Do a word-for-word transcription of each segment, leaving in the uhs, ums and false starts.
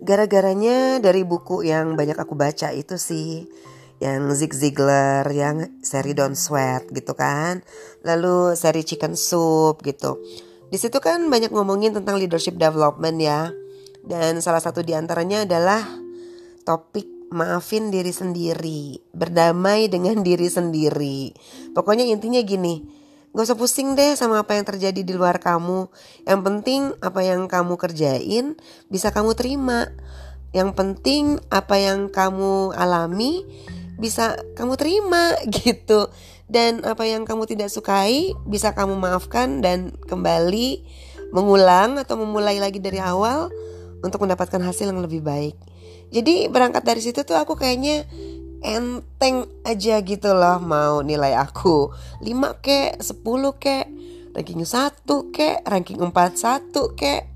Gara-garanya dari buku yang banyak aku baca itu sih, yang Zig Ziglar, yang seri Don't Sweat gitu kan, lalu seri Chicken Soup gitu. Di situ kan banyak ngomongin tentang leadership development ya. Dan salah satu diantaranya adalah topik maafin diri sendiri, berdamai dengan diri sendiri. Pokoknya intinya gini, gak usah pusing deh sama apa yang terjadi di luar kamu. Yang penting apa yang kamu kerjain bisa kamu terima. Yang penting apa yang kamu alami bisa kamu terima gitu. Dan apa yang kamu tidak sukai bisa kamu maafkan dan kembali mengulang atau memulai lagi dari awal untuk mendapatkan hasil yang lebih baik. Jadi berangkat dari situ tuh aku kayaknya enteng aja gitu loh. Mau nilai aku lima kek, sepuluh kek, ranking satu kek, ranking empat puluh satu kek,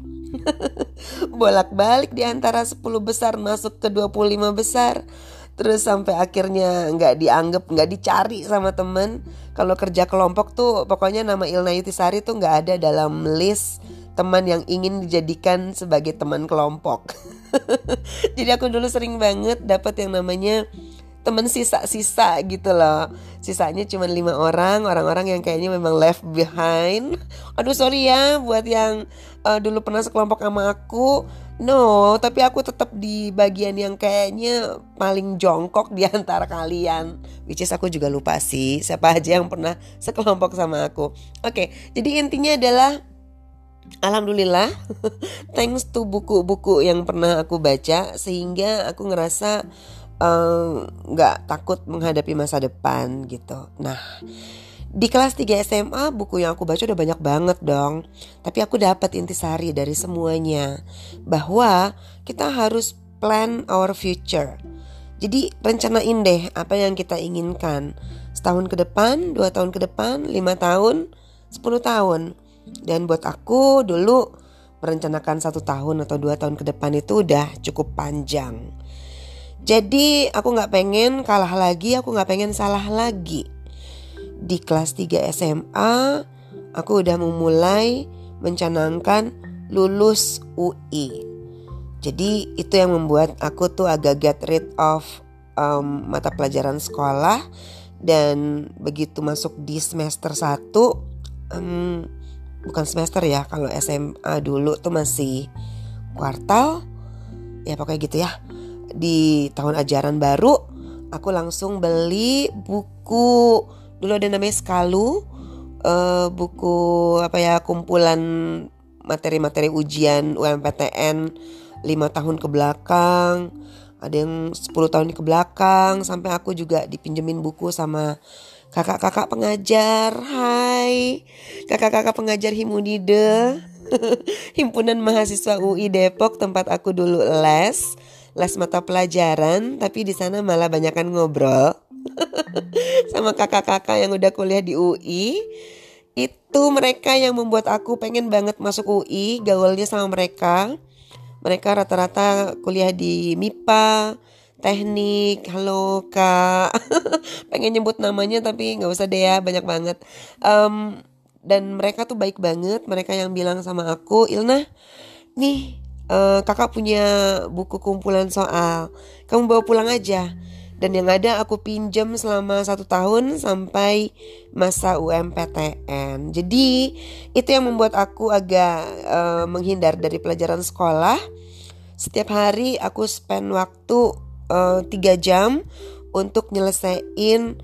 bolak-balik di antara sepuluh besar masuk ke dua puluh lima besar. Terus sampai akhirnya gak dianggap, gak dicari sama temen. Kalau kerja kelompok tuh pokoknya nama Ilna Yutisari tuh gak ada dalam list teman yang ingin dijadikan sebagai teman kelompok. Jadi aku dulu sering banget dapat yang namanya temen sisa-sisa gitu loh. Sisanya cuma lima orang, orang-orang yang kayaknya memang left behind. Aduh sorry ya buat yang uh, dulu pernah sekelompok sama aku. No, tapi aku tetap di bagian yang kayaknya paling jongkok di antara kalian. Which is aku juga lupa sih siapa aja yang pernah sekelompok sama aku. Oke, jadi intinya adalah alhamdulillah thanks to buku-buku yang pernah aku baca, sehingga aku ngerasa gak uh, takut menghadapi masa depan gitu. Nah, di kelas tiga S M A buku yang aku baca udah banyak banget dong. Tapi aku dapat intisari dari semuanya, bahwa kita harus plan our future. Jadi rencanain deh apa yang kita inginkan setahun ke depan, dua tahun ke depan, lima tahun, sepuluh tahun. Dan buat aku dulu merencanakan satu tahun atau dua tahun ke depan itu udah cukup panjang. Jadi aku gak pengen kalah lagi, aku gak pengen salah lagi. Di kelas tiga S M A aku udah memulai mencanangkan lulus U I. Jadi itu yang membuat aku tuh agak get rid of um, mata pelajaran sekolah. Dan begitu masuk di semester satu, um, bukan semester ya, kalau S M A dulu tuh masih kuartal, ya pokoknya gitu ya. Di tahun ajaran baru aku langsung beli buku. Dulu ada namanya Skalu, uh, buku apa ya, kumpulan materi-materi ujian U M P T N lima tahun ke belakang, ada yang sepuluh tahun ke belakang. Sampai aku juga dipinjemin buku sama kakak-kakak pengajar. Hai kakak-kakak pengajar Himunide, Himpunan Mahasiswa U I Depok, tempat aku dulu les les mata pelajaran. Tapi di sana malah banyakan ngobrol sama kakak-kakak yang udah kuliah di U I. Itu mereka yang membuat aku pengen banget masuk U I, gaulnya sama mereka. Mereka rata-rata kuliah di M I P A, teknik. Halo kak, pengen nyebut namanya tapi gak usah deh ya, banyak banget. um, Dan mereka tuh baik banget. Mereka yang bilang sama aku, Ilna, nih uh, kakak punya buku kumpulan soal, kamu bawa pulang aja. Dan yang ada aku pinjam selama satu tahun sampai masa U M P T N. Jadi itu yang membuat aku agak uh, menghindar dari pelajaran sekolah. Setiap hari aku spend waktu uh, tiga jam untuk nyelesain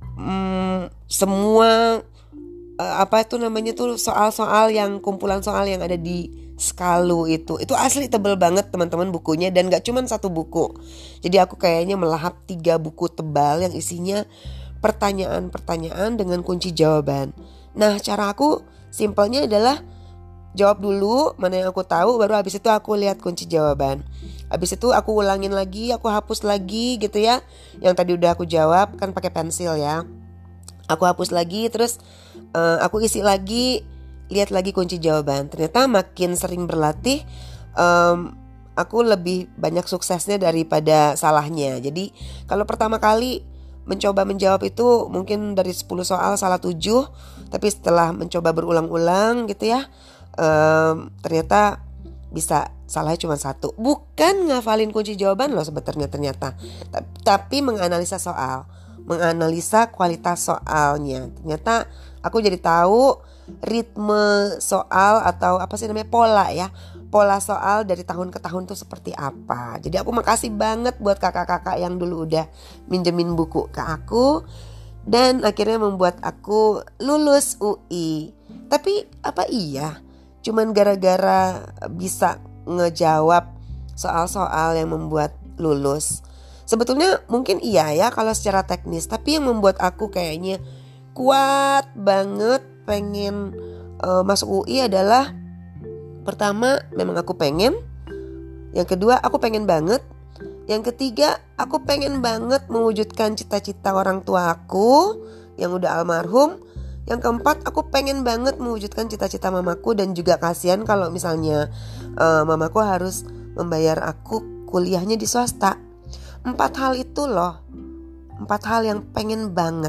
um, semua uh, apa itu namanya tuh, soal-soal yang kumpulan soal yang ada di Skalu itu. Itu asli tebel banget teman-teman bukunya, dan gak cuma satu buku. Jadi aku kayaknya melahap tiga buku tebal yang isinya pertanyaan-pertanyaan dengan kunci jawaban. Nah, cara aku simpelnya adalah jawab dulu mana yang aku tahu, baru habis itu aku lihat kunci jawaban. Habis itu aku ulangin lagi, aku hapus lagi gitu ya. Yang tadi udah aku jawab kan pakai pensil ya. Aku hapus lagi, terus uh, aku isi lagi, lihat lagi kunci jawaban. Ternyata makin sering berlatih, um, aku lebih banyak suksesnya daripada salahnya. Jadi kalau pertama kali mencoba menjawab itu mungkin dari sepuluh soal salah tujuh. Tapi setelah mencoba berulang-ulang gitu ya, um, ternyata bisa salahnya cuma satu. Bukan ngafalin kunci jawaban loh sebetulnya ternyata, tapi menganalisa soal, menganalisa kualitas soalnya. Ternyata aku jadi tahu ritme soal atau apa sih namanya, pola ya, pola soal dari tahun ke tahun tuh seperti apa. Jadi aku makasih banget buat kakak-kakak yang dulu udah minjemin buku ke aku dan akhirnya membuat aku lulus U I. Tapi apa iya cuman gara-gara bisa ngejawab soal-soal yang membuat lulus? Sebetulnya mungkin iya ya kalau secara teknis, tapi yang membuat aku kayaknya kuat banget pengen uh, masuk U I adalah pertama memang aku pengen, yang kedua aku pengen banget, yang ketiga aku pengen banget mewujudkan cita-cita orang tua aku yang udah almarhum, yang keempat aku pengen banget mewujudkan cita-cita mamaku dan juga kasihan kalau misalnya uh, mamaku harus membayar aku kuliahnya di swasta. Empat hal itu loh, empat hal yang pengen banget.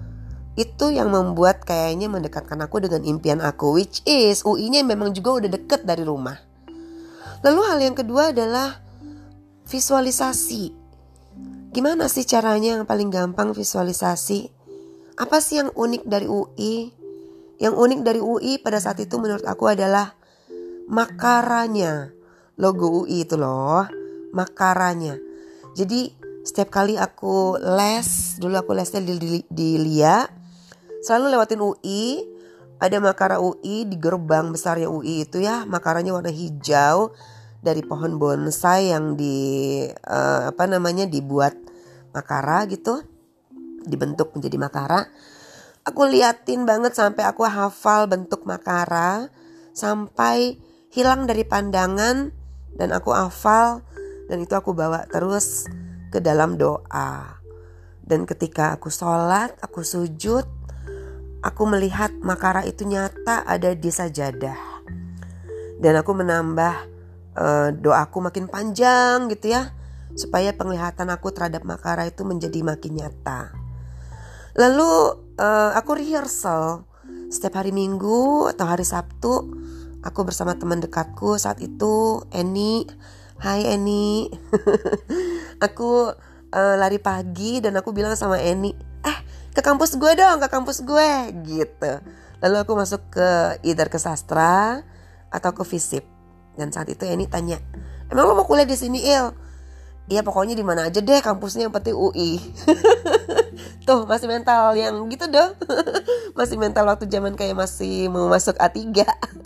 Itu yang membuat kayaknya mendekatkan aku dengan impian aku, which is U I-nya memang juga udah deket dari rumah. Lalu hal yang kedua adalah visualisasi. Gimana sih caranya yang paling gampang visualisasi? Apa sih yang unik dari U I? Yang unik dari U I pada saat itu menurut aku adalah makaranya. Logo U I itu loh, makaranya. Jadi setiap kali aku les, dulu aku lesnya di, di, di L I A, selalu lewatin U I. Ada makara U I di gerbang besarnya U I itu ya, makaranya warna hijau dari pohon bonsai yang di uh, apa namanya dibuat makara gitu, dibentuk menjadi makara. Aku liatin banget sampai aku hafal bentuk makara, sampai hilang dari pandangan dan aku hafal, dan itu aku bawa terus ke dalam doa. Dan ketika aku sholat, aku sujud, aku melihat makara itu nyata ada di sajadah. Dan aku menambah uh, doaku makin panjang gitu ya, supaya penglihatan aku terhadap makara itu menjadi makin nyata. Lalu uh, aku rehearsal setiap hari Minggu atau hari Sabtu. Aku bersama teman dekatku saat itu, Eni. Hai Eni. Aku uh, lari pagi dan aku bilang sama Eni, eh ke kampus gue dong, ke kampus gue gitu. Lalu aku masuk ke either ke sastra atau ke FISIP. Dan saat itu Eni tanya, emang lo mau kuliah di sini Il? Iya pokoknya di mana aja deh kampusnya, yang penting U I. Tuh masih mental yang gitu dong. Masih mental waktu zaman kayak masih mau masuk A tiga.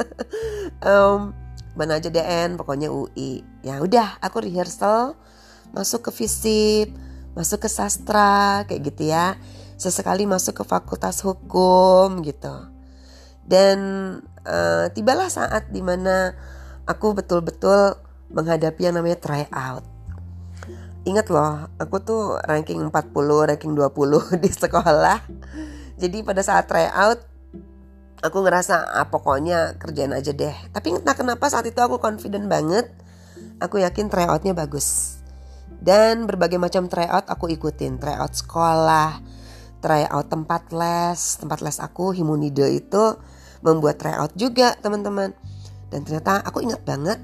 um, mana aja D N pokoknya U I. Ya udah aku rehearsal, masuk ke FISIP, masuk ke sastra kayak gitu ya. Sesekali masuk ke fakultas hukum gitu. Dan uh, tibalah saat dimana aku betul-betul menghadapi yang namanya tryout. Ingat loh, aku tuh ranking empat puluh, ranking dua puluh di sekolah. Jadi pada saat tryout, aku ngerasa ah, pokoknya kerjain aja deh. Tapi entah kenapa saat itu aku confident banget. Aku yakin tryoutnya bagus. Dan berbagai macam tryout aku ikutin. Tryout sekolah, tryout tempat les. Tempat les aku, Himunide itu membuat tryout juga teman-teman. Dan ternyata aku ingat banget,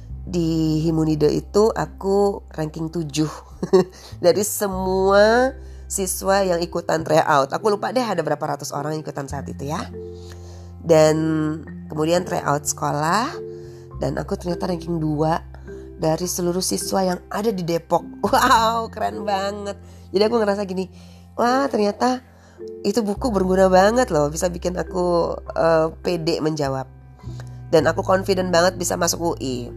di Himunide itu aku ranking tujuh dari semua siswa yang ikutan tryout. Aku lupa deh ada berapa ratus orang yang ikutan saat itu ya. Dan kemudian tryout sekolah, dan aku ternyata ranking dua dari seluruh siswa yang ada di Depok. Wow, keren banget. Jadi aku ngerasa gini, wah ternyata itu buku berguna banget loh, bisa bikin aku uh, pede menjawab. Dan aku confident banget bisa masuk U I.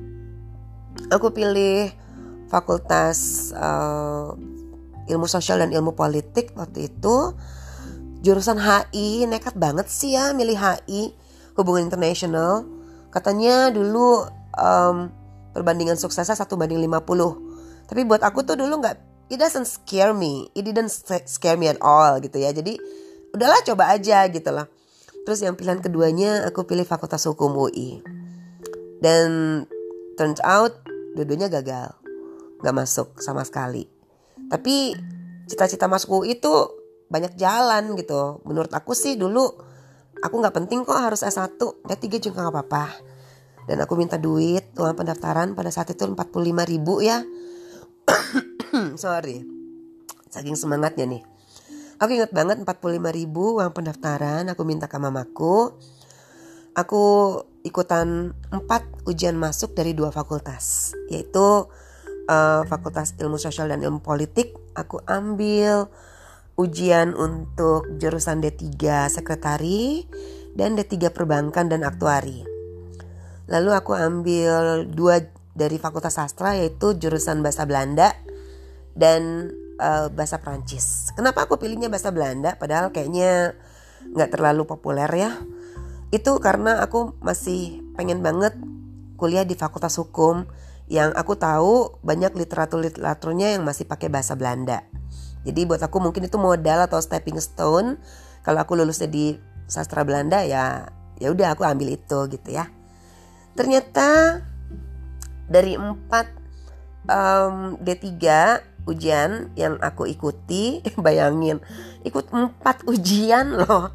Aku pilih fakultas uh, ilmu sosial dan ilmu politik waktu itu. Jurusan H I, nekat banget sih ya milih H I, hubungan internasional. Katanya dulu um, perbandingan suksesnya satu banding lima puluh. Tapi buat aku tuh dulu gak, it doesn't scare me. It didn't scare me at all gitu ya. Jadi udahlah coba aja gitu lah. Terus yang pilihan keduanya aku pilih fakultas hukum U I. Dan turns out dua-duanya gagal, gak masuk sama sekali. Tapi cita-cita masuk U I itu banyak jalan gitu. Menurut aku sih dulu aku gak penting kok harus S satu, D tiga juga gak apa-apa. Dan aku minta duit uang pendaftaran pada saat itu empat puluh lima ribu ya. Sorry, saking semangatnya nih. Aku ingat banget empat puluh lima ribu uang pendaftaran. Aku minta ke mamaku. Aku ikutan empat ujian masuk dari dua fakultas, yaitu uh, Fakultas Ilmu Sosial dan Ilmu Politik. Aku ambil ujian untuk jurusan D tiga Sekretari dan D tiga Perbankan dan Aktuari. Lalu aku ambil dua dari Fakultas Sastra, yaitu jurusan Bahasa Belanda dan uh, Bahasa Perancis. Kenapa aku pilihnya Bahasa Belanda padahal kayaknya gak terlalu populer ya? Itu karena aku masih pengen banget kuliah di Fakultas Hukum yang aku tahu banyak literatur-literaturnya yang masih pakai bahasa Belanda. Jadi buat aku mungkin itu modal atau stepping stone. Kalau aku lulusnya di sastra Belanda ya ya udah aku ambil itu gitu ya. Ternyata dari empat um, D tiga ujian yang aku ikuti, bayangin ikut empat ujian loh.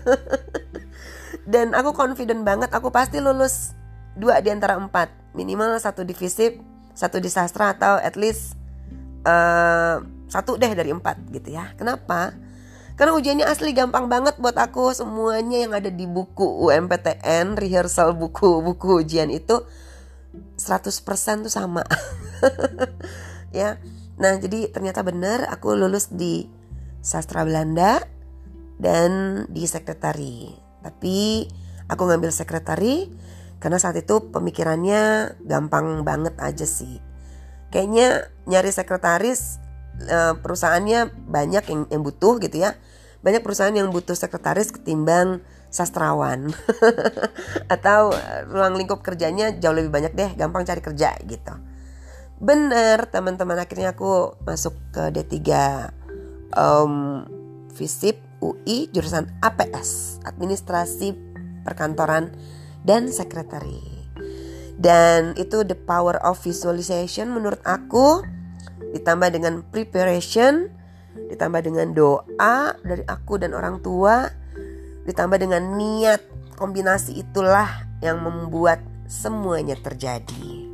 Dan aku confident banget aku pasti lulus dua di antara empat. Minimal satu di fisip, satu di sastra, atau at least uh, satu deh dari empat gitu ya. Kenapa? Karena ujiannya asli gampang banget buat aku. Semuanya yang ada di buku U M P T N, rehearsal buku-buku ujian itu seratus persen tuh sama. Ya. Nah jadi ternyata benar aku lulus di sastra Belanda dan di sekretari. Tapi aku ngambil sekretari karena saat itu pemikirannya gampang banget aja sih. Kayaknya nyari sekretaris perusahaannya banyak yang, yang butuh gitu ya. Banyak perusahaan yang butuh sekretaris ketimbang sastrawan. Atau ruang lingkup kerjanya jauh lebih banyak deh, gampang cari kerja gitu. Bener teman-teman, akhirnya aku masuk ke D tiga um, FISIP U I jurusan A P S, Administrasi Perkantoran dan Sekretari. Dan itu the power of visualization menurut aku, ditambah dengan preparation, ditambah dengan doa dari aku dan orang tua, ditambah dengan niat. Kombinasi itulah yang membuat semuanya terjadi.